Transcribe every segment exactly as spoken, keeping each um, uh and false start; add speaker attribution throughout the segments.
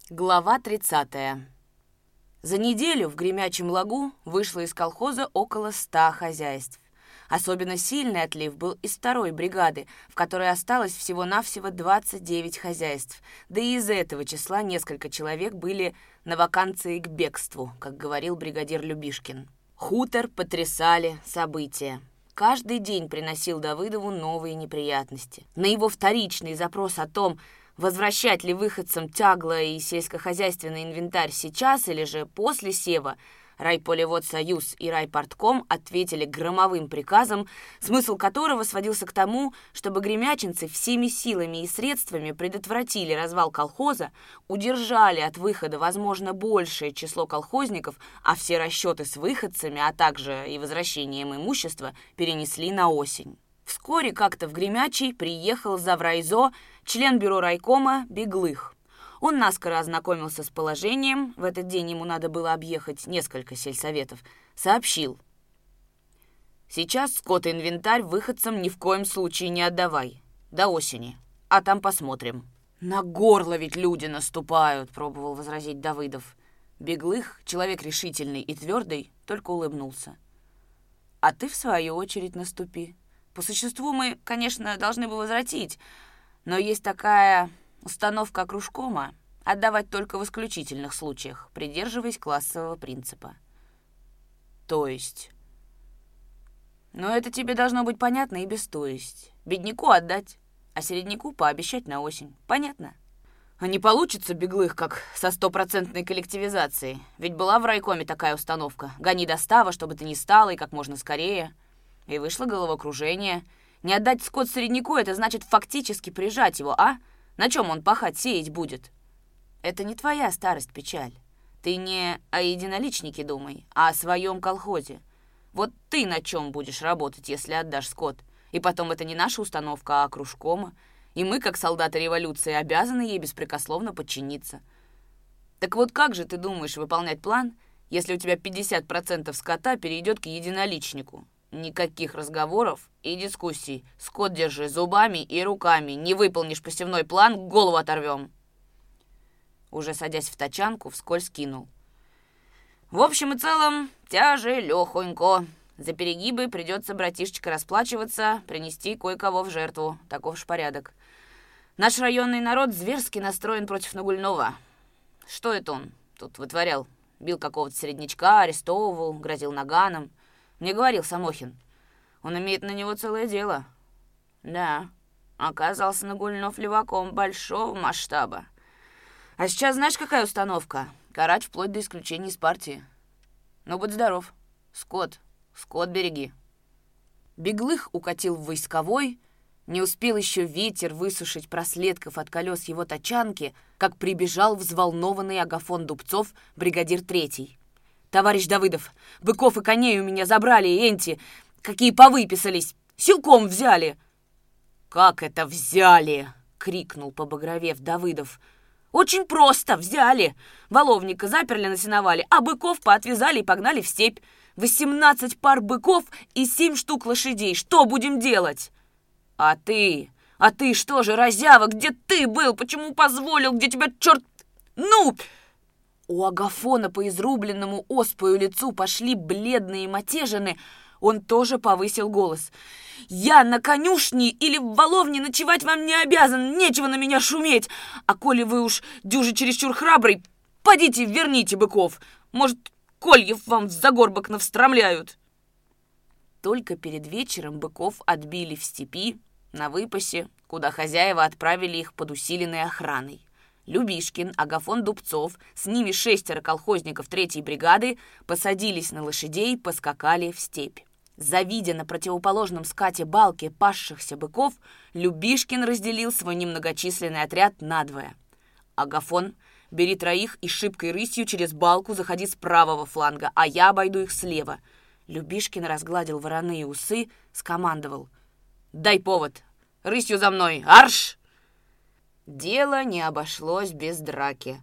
Speaker 1: Глава тридцатая. За неделю в Гремячем Лагу вышло из колхоза около ста хозяйств. Особенно сильный отлив был из второй бригады, в которой осталось всего-навсего двадцать девять хозяйств, да и из этого числа несколько человек были на ваканции к бегству, как говорил бригадир Любишкин. Хутор потрясали события. Каждый день приносил Давыдову новые неприятности. На его вторичный запрос о том, возвращать ли выходцам тягло и сельскохозяйственный инвентарь сейчас или же после сева, Райполеводсоюз и Райпортком ответили громовым приказом, смысл которого сводился к тому, чтобы гремячинцы всеми силами и средствами предотвратили развал колхоза, удержали от выхода, возможно, большее число колхозников, а все расчеты с выходцами, а также и возвращением имущества перенесли на осень. Вскоре как-то в Гремячий приехал заврайзо, член бюро райкома Беглых. Он наскоро ознакомился с положением, в этот день ему надо было объехать несколько сельсоветов, сообщил: «Сейчас скот и инвентарь выходцам ни в коем случае не отдавай. До осени. А там посмотрим». «На горло ведь люди наступают», — пробовал возразить Давыдов. Беглых, человек решительный и твердый, только улыбнулся. «А ты, в свою очередь, наступи. По существу мы, конечно, должны бы возвратить, но есть такая установка кружкома — отдавать только в исключительных случаях, придерживаясь классового принципа». «То есть?» «Но это тебе должно быть понятно и без «то есть». Бедняку отдать, а середняку пообещать на осень. Понятно?» «А не получится, Беглых, как со стопроцентной коллективизацией. Ведь была в райкоме такая установка. Гони достава, чтобы ты не стала, и как можно скорее». И вышло головокружение. Не отдать скот середняку — это значит фактически прижать его, а? На чем он пахать, сеять будет? Это не твоя старость печаль. Ты не о единоличнике думай, а о своем колхозе. Вот ты на чем будешь работать, если отдашь скот? И потом, это не наша установка, а кружкома. И мы, как солдаты революции, обязаны ей беспрекословно подчиниться. Так вот как же ты думаешь выполнять план, если у тебя пятьдесят процентов скота перейдет к единоличнику? Никаких разговоров и дискуссий. Скот держи зубами и руками. Не выполнишь посевной план — голову оторвем. Уже садясь в тачанку, вскользь кинул: «В общем и целом, тяжелёхонько. За перегибы придется, братишечка, расплачиваться, принести кое-кого в жертву. Таков ж порядок. Наш районный народ зверски настроен против Нагульнова. Что это он тут вытворял? Бил какого-то середнячка, арестовывал, грозил наганом. Мне говорил Самохин. Он имеет на него целое дело». «Да, оказался Нагульнов леваком большого масштаба. А сейчас знаешь, какая установка? Карать вплоть до исключения из партии. Ну, будь здоров. Скот, скот береги». Беглых укатил в войсковой. Не успел еще ветер высушить проследков от колес его тачанки, как прибежал взволнованный Агафон Дубцов, бригадир третий. «Товарищ Давыдов, быков и коней у меня забрали, энти, какие повыписались, силком взяли». «Как это взяли?» — крикнул, побагровев, Давыдов. «Очень просто, взяли. Воловника заперли на сеновале, а быков поотвязали и погнали в степь. Восемнадцать пар быков и семь штук лошадей. Что будем делать?» «А ты? А ты что же, разява, где ты был? Почему позволил? Где тебя черт... Ну...» У Агафона по изрубленному оспою лицу пошли бледные матежины. Он тоже повысил голос. «Я на конюшне или в воловне ночевать вам не обязан, нечего на меня шуметь. А коли вы уж дюжи чересчур храбрый, подите верните быков. Может, кольев вам в загорбок навстромляют». Только перед вечером быков отбили в степи, на выпасе, куда хозяева отправили их под усиленной охраной. Любишкин, Агафон Дубцов, с ними шестеро колхозников третьей бригады посадились на лошадей, поскакали в степь. Завидя на противоположном скате балки пасшихся быков, Любишкин разделил свой немногочисленный отряд надвое. «Агафон, бери троих и шибкой рысью через балку заходи с правого фланга, а я обойду их слева». Любишкин разгладил вороные усы, скомандовал: «Дай повод! Рысью за мной! Арш!» Дело не обошлось без драки.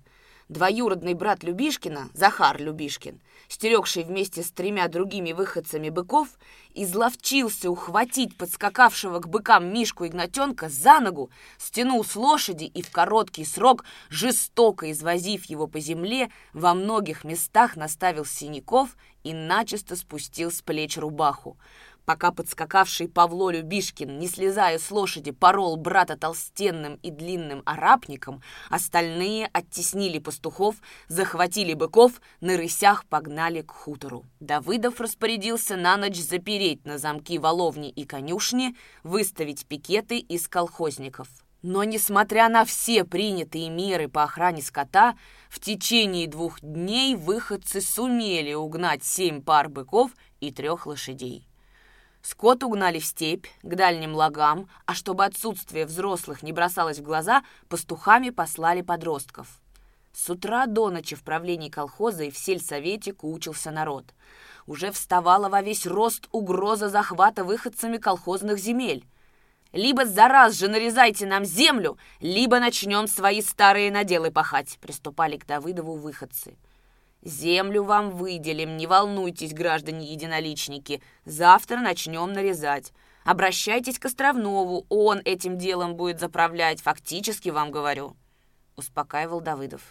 Speaker 1: Двоюродный брат Любишкина, Захар Любишкин, стерегший вместе с тремя другими выходцами быков, изловчился ухватить подскакавшего к быкам Мишку Игнатенка за ногу, стянул с лошади и в короткий срок, жестоко извозив его по земле, во многих местах наставил синяков и начисто спустил с плеч рубаху. Пока подскакавший Павло Любишкин, не слезая с лошади, порол брата толстенным и длинным арапником, остальные оттеснили пастухов, захватили быков, на рысях погнали к хутору. Давыдов распорядился на ночь запереть на замки воловни и конюшни, выставить пикеты из колхозников. Но, несмотря на все принятые меры по охране скота, в течение двух дней выходцы сумели угнать семь пар быков и трех лошадей. Скот угнали в степь, к дальним лагам, а чтобы отсутствие взрослых не бросалось в глаза, пастухами послали подростков. С утра до ночи в правлении колхоза и в сельсовете кучился народ. Уже вставала во весь рост угроза захвата выходцами колхозных земель. «Либо за раз же нарезайте нам землю, либо начнем свои старые наделы пахать», приступали к Давыдову выходцы. «Землю вам выделим, не волнуйтесь, граждане единоличники. Завтра начнем нарезать. Обращайтесь к Островнову, он этим делом будет заправлять, фактически вам говорю», — успокаивал Давыдов.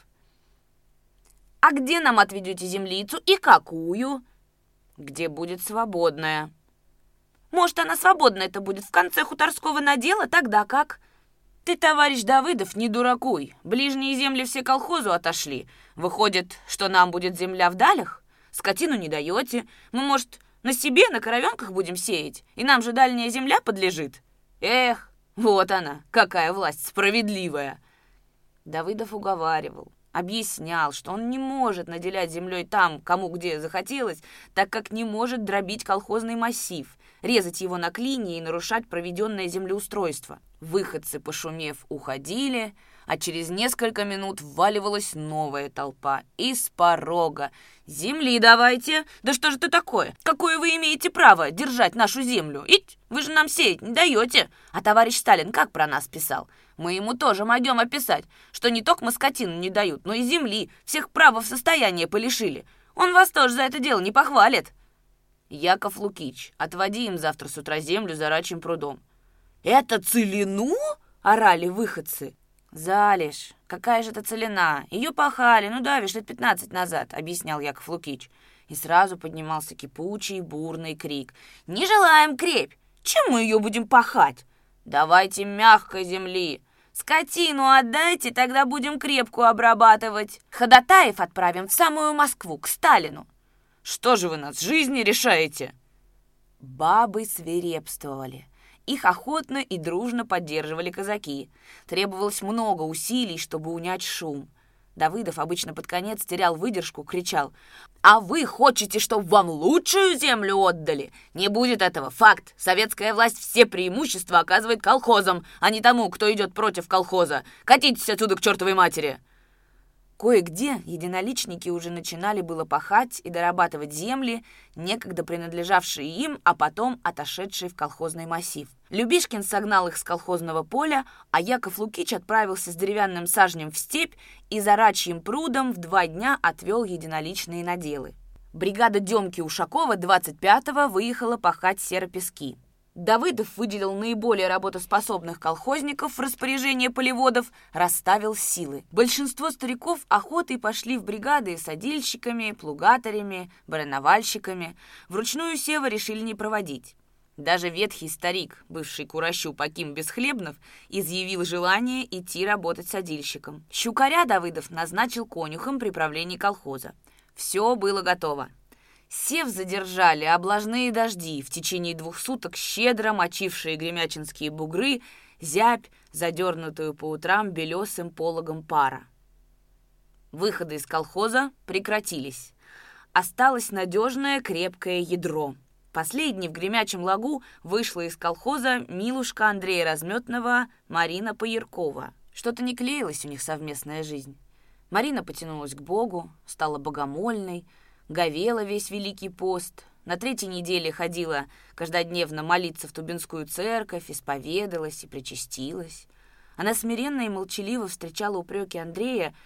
Speaker 1: «А где нам отведете землицу и какую?» «Где будет свободная». «Может, она свободная-то будет в конце хуторского надела, тогда как?» «Ты, товарищ Давыдов, не дуракуй. Ближние земли все колхозу отошли. Выходит, что нам будет земля в далях? Скотину не даете. Мы, может, на себе, на коровенках будем сеять? И нам же дальняя земля подлежит? Эх, вот она, какая власть справедливая!» Давыдов уговаривал, объяснял, что он не может наделять землей там, кому где захотелось, так как не может дробить колхозный массив, резать его на клини и нарушать проведенное землеустройство. Выходцы, пошумев, уходили, а через несколько минут вваливалась новая толпа. Из порога. «Земли давайте! Да что же это такое? Какое вы имеете право держать нашу землю? Ить, вы же нам сеять не даете!» А товарищ Сталин как про нас писал? Мы ему тоже могем описать, что не только скотину не дают, но и земли, всех права в состояние полишили. Он вас тоже за это дело не похвалит. «Яков Лукич, отводи им завтра с утра землю за рачьим прудом». «Это целину?» — орали выходцы. «Залежь, какая же это целина? Ее пахали, ну давишь, лет пятнадцать назад», — объяснял Яков Лукич. И сразу поднимался кипучий, бурный крик. «Не желаем крепь! Чем мы ее будем пахать? Давайте мягкой земли! Скотину отдайте, тогда будем крепкую обрабатывать! Ходатаев отправим в самую Москву, к Сталину!» «Что же вы нас жизни решаете?» Бабы свирепствовали. Их охотно и дружно поддерживали казаки. Требовалось много усилий, чтобы унять шум. Давыдов обычно под конец терял выдержку, кричал: «А вы хотите, чтобы вам лучшую землю отдали? Не будет этого. Факт. Советская власть все преимущества оказывает колхозам, а не тому, кто идет против колхоза. Катитесь отсюда к чертовой матери!» Кое-где единоличники уже начинали было пахать и дорабатывать земли, некогда принадлежавшие им, а потом отошедшие в колхозный массив. Любишкин согнал их с колхозного поля, а Яков Лукич отправился с деревянным сажнем в степь и за рачьим прудом в два дня отвел единоличные наделы. Бригада Демки Ушакова двадцать пятого выехала пахать серопески. Давыдов выделил наиболее работоспособных колхозников в распоряжение полеводов, расставил силы. Большинство стариков охотой пошли в бригады с садильщиками, плугатарями, барановальщиками. Вручную сева решили не проводить. Даже ветхий старик, бывший курощуп Аким Бесхлебнов, изъявил желание идти работать садильщиком. Щукаря Давыдов назначил конюхом при правлении колхоза. Все было готово. Сев задержали облажные дожди, в течение двух суток щедро мочившие гремячинские бугры, зябь, задернутую по утрам белесым пологом пара. Выходы из колхоза прекратились. Осталось надежное крепкое ядро. Последней в Гремячем лагу вышла из колхоза Милушка Андрея Разметного, Марина Пояркова. Что-то не клеилась у них совместная жизнь. Марина потянулась к Богу, стала богомольной, говела весь Великий пост, на третьей неделе ходила каждодневно молиться в Тубинскую церковь, исповедалась и причастилась. Она смиренно и молчаливо встречала упреки Андрея,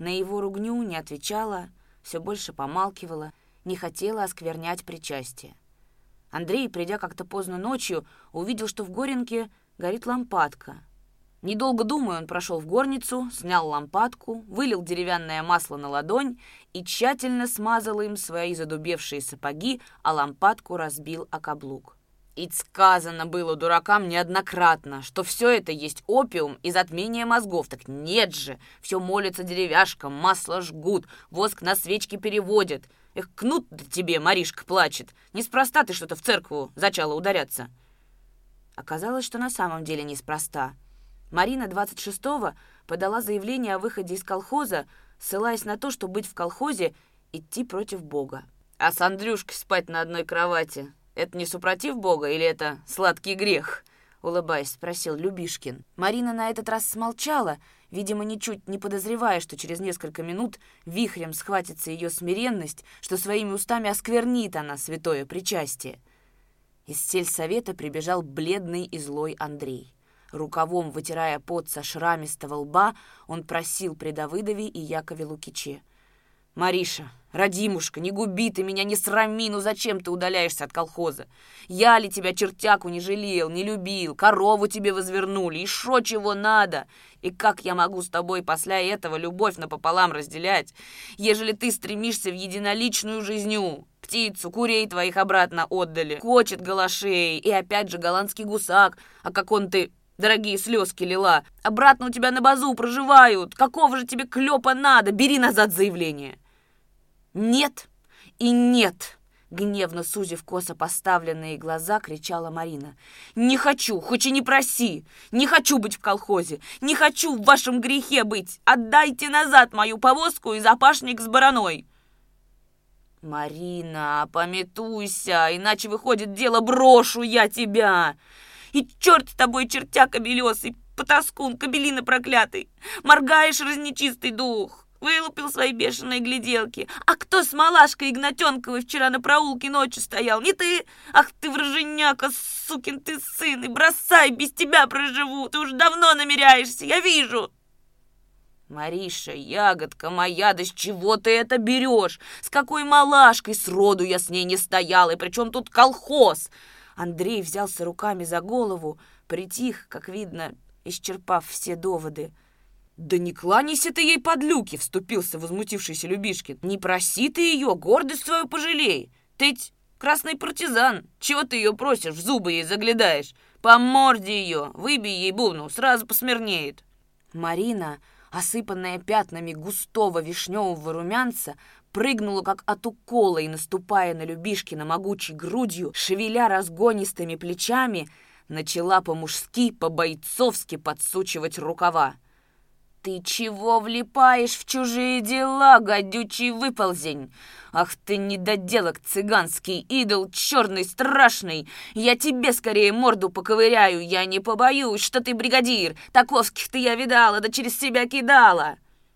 Speaker 1: на его ругню не отвечала, все больше помалкивала, не хотела осквернять причастие. Андрей, придя как-то поздно ночью, увидел, что в горенке горит лампадка. Недолго думая, он прошел в горницу, снял лампадку, вылил деревянное масло на ладонь и тщательно смазал им свои задубевшие сапоги, а лампадку разбил о каблук. Ведь сказано было дуракам неоднократно, что все это есть опиум и затмение мозгов. Так нет же, все молятся деревяшкам, масло жгут, воск на свечки переводят. Эх, кнут-то тебе, Маришка, плачет. Неспроста ты что-то в церкву зачала ударяться. Оказалось, что на самом деле неспроста. Марина двадцать шестого подала заявление о выходе из колхоза, ссылаясь на то, что быть в колхозе — идти против Бога. А с Андрюшкой спать на одной кровати — это не супротив Бога или это сладкий грех? Улыбаясь, спросил Любишкин. Марина на этот раз смолчала, видимо, ничуть не подозревая, что через несколько минут вихрем схватится ее смиренность, что своими устами осквернит она святое причастие. Из сельсовета прибежал бледный и злой Андрей. Рукавом вытирая пот со шрамистого лба, он просил при Давыдове и Якове Лукиче: «Мариша, родимушка, не губи ты меня, не срами, ну зачем ты удаляешься от колхоза? Я ли тебя, чертяку, не жалел, не любил, корову тебе возвернули, и шо чего надо? И как я могу с тобой после этого любовь напополам разделять, ежели ты стремишься в единоличную жизнью? Птицу, курей твоих обратно отдали, кочет галашей, и опять же голландский гусак, а как он ты... Дорогие слезки лила. Обратно у тебя на базу проживают. Какого же тебе клёпа надо? Бери назад заявление». «Нет и нет!» Гневно сузив косо поставленные глаза, кричала Марина. «Не хочу, хоть и не проси! Не хочу быть в колхозе! Не хочу в вашем грехе быть! Отдайте назад мою повозку и запашник с бараной!» «Марина, опамятуйся, иначе, выходит, дело брошу я тебя! И черт с тобой, чертяка белесый, потаскун, кобелина проклятый! Моргаешь, разнечистый дух! Вылупил свои бешеные гляделки! А кто с Малашкой Игнатенковой вчера на проулке ночью стоял? Не ты? Ах ты, враженяка, сукин ты сын! И бросай, без тебя проживу! Ты уж давно намеряешься, я вижу!» «Мариша, ягодка моя, да с чего ты это берешь? С какой Малашкой? Сроду я с ней не стоял, и при чем тут колхоз?» Андрей взялся руками за голову, притих, как видно, исчерпав все доводы. «Да не кланяйся ты ей под люки!» — вступился возмутившийся Любишкин. «Не проси ты ее, гордость свою пожалей! Ты ведь красный партизан! Чего ты ее просишь, в зубы ей заглядаешь? По морде ее, выбей ей бубну, сразу посмирнеет!» Марина, осыпанная пятнами густого вишневого румянца, прыгнула как от укола и, наступая на Любишкина могучей грудью, шевеля разгонистыми плечами, начала по-мужски, по-бойцовски подсучивать рукава. «Ты чего влипаешь в чужие дела, гадючий выползень? Ах ты, недоделок цыганский, идол черный, страшный! Я тебе скорее морду поковыряю, я не побоюсь, что ты бригадир! Таковских-то я видала, да через себя кидала!»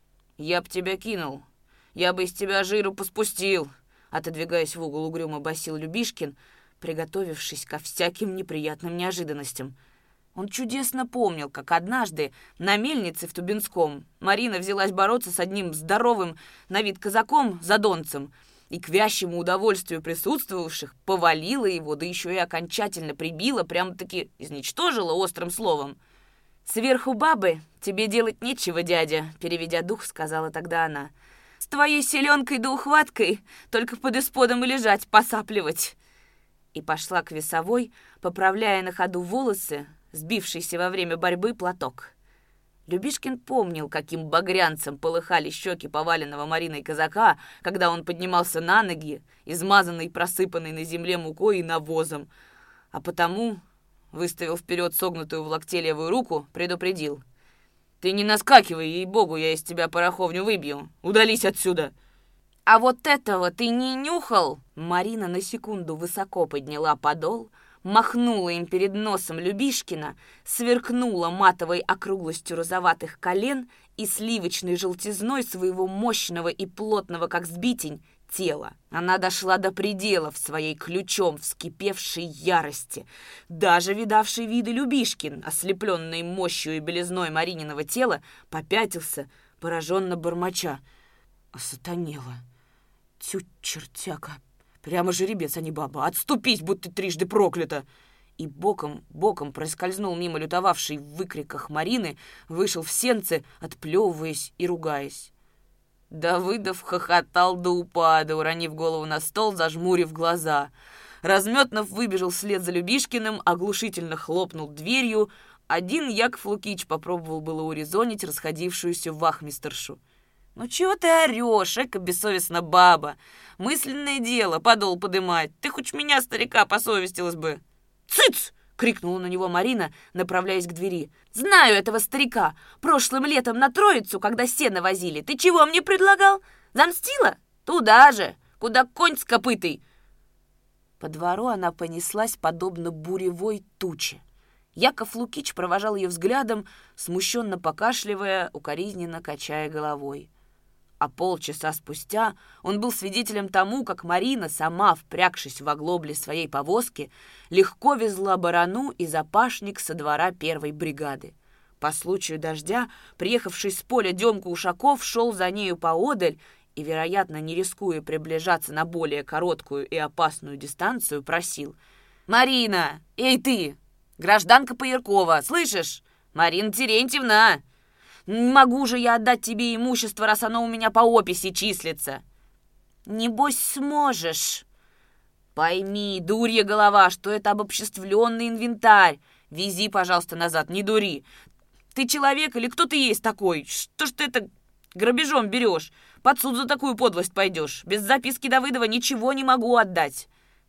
Speaker 1: «Я б тебя кинул, я бы из тебя жиру поспустил!» Отодвигаясь в угол, угрюмо басил Любишкин, приготовившись ко всяким неприятным неожиданностям. Он чудесно помнил, как однажды на мельнице в Тубинском Марина взялась бороться с одним здоровым на вид казаком, задонцем, и к вящему удовольствию присутствовавших повалила его, да еще и окончательно прибила, прямо-таки изничтожила острым словом. «Сверху бабы тебе делать нечего, дядя», — переведя дух, сказала тогда она. «С твоей селенкой да ухваткой только под исподом и лежать, посапливать». И пошла к весовой, поправляя на ходу волосы, сбившийся во время борьбы платок. Любишкин помнил, каким багрянцем полыхали щеки поваленного Мариной казака, когда он поднимался на ноги, измазанный, просыпанный на земле мукой и навозом, а потому, выставил вперед согнутую в локте левую руку, предупредил: «Ты не наскакивай, ей-богу, я из тебя пороховню выбью! Удались отсюда!» «А вот этого ты не нюхал?» Марина на секунду высоко подняла подол, махнула им перед носом Любишкина, сверкнула матовой округлостью розоватых колен и сливочной желтизной своего мощного и плотного, как сбитень, тела. Она дошла до предела в своей ключом вскипевшей ярости. Даже видавший виды Любишкин, ослепленный мощью и белизной Марининого тела, попятился, пораженно бормоча. Осатанела. Тю, чертяка. Прямо жеребец, а не баба. Отступись, будь ты трижды проклята. И боком, боком проскользнул мимо лютовавшей в выкриках Марины, вышел в сенцы, отплевываясь и ругаясь. Давыдов хохотал до упада, уронив голову на стол, зажмурив глаза. Разметнов выбежал вслед за Любишкиным, оглушительно хлопнул дверью. Один Яков Лукич попробовал было урезонить расходившуюся вахмистершу. «Ну чего ты орешь, эка бессовестна баба? Мысленное дело, подол подымать. Ты хоть меня, старика, посовестилась бы». «Цыц!» — крикнула на него Марина, направляясь к двери. «Знаю этого старика. Прошлым летом на Троицу, когда сено возили, ты чего мне предлагал? Замстила? Туда же, куда конь с копытой». По двору она понеслась, подобно буревой туче. Яков Лукич провожал ее взглядом, смущенно покашливая, укоризненно качая головой. А полчаса спустя он был свидетелем тому, как Марина, сама впрягшись в оглобли своей повозки, легко везла барану и запашник со двора первой бригады. По случаю дождя, приехавший с поля Демка Ушаков шел за нею поодаль и, вероятно, не рискуя приближаться на более короткую и опасную дистанцию, просил: «Марина! Эй ты! Гражданка Пояркова! Слышишь? Марина Терентьевна! Не могу же я отдать тебе имущество, раз оно у меня по описи числится». «Небось, сможешь». «Пойми, дурья голова, что это обобществленный инвентарь. Вези, пожалуйста, назад, не дури. Ты человек или кто ты есть такой? Что ж ты это грабежом берешь? Под суд за такую подлость пойдешь. Без записки Давыдова ничего не могу отдать».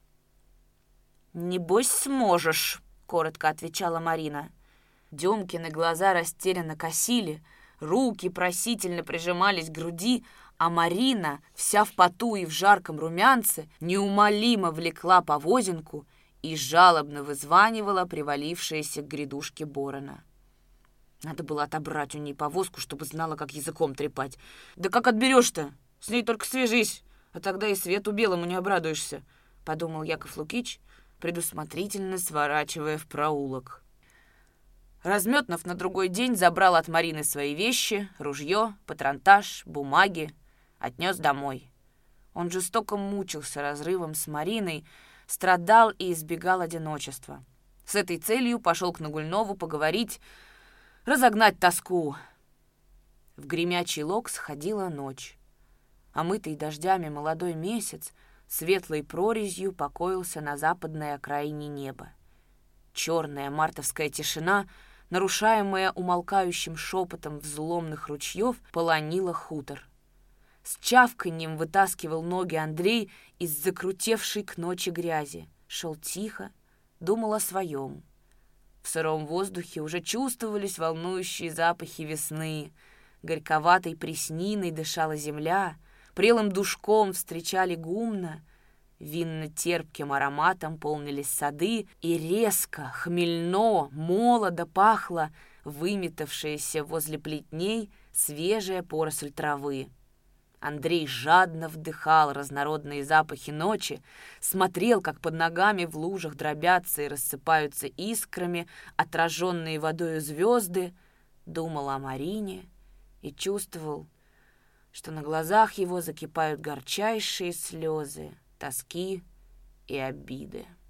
Speaker 1: «Небось, сможешь», — коротко отвечала Марина. Демкины глаза растерянно косили, руки просительно прижимались к груди, а Марина, вся в поту и в жарком румянце, неумолимо влекла повозинку и жалобно вызванивала привалившееся к грядушке Борона. Надо было отобрать у ней повозку, чтобы знала, как языком трепать. «Да как отберешь-то? С ней только свяжись, а тогда и свету белому не обрадуешься», — подумал Яков Лукич, предусмотрительно сворачивая в проулок. Разметнов на другой день забрал от Марины свои вещи, ружье, патронтаж, бумаги, отнес домой. Он жестоко мучился разрывом с Мариной, страдал и избегал одиночества. С этой целью пошел к Нагульнову поговорить, разогнать тоску. В гремячий лог сходила ночь. Омытый дождями молодой месяц светлой прорезью покоился на западной окраине неба. Черная мартовская тишина, нарушаемая умолкающим шепотом взломных ручьев, полонила хутор. С чавканьем вытаскивал ноги Андрей из закрутевшей к ночи грязи. Шел тихо, думал о своем. В сыром воздухе уже чувствовались волнующие запахи весны. Горьковатой пресниной дышала земля, прелым душком встречали гумна, винно-терпким ароматом полнились сады, и резко, хмельно, молодо пахло выметавшаяся возле плетней свежая поросль травы. Андрей жадно вдыхал разнородные запахи ночи, смотрел, как под ногами в лужах дробятся и рассыпаются искрами отраженные водою звезды, думал о Марине и чувствовал, что на глазах его закипают горчайшие слезы тоски и обиды.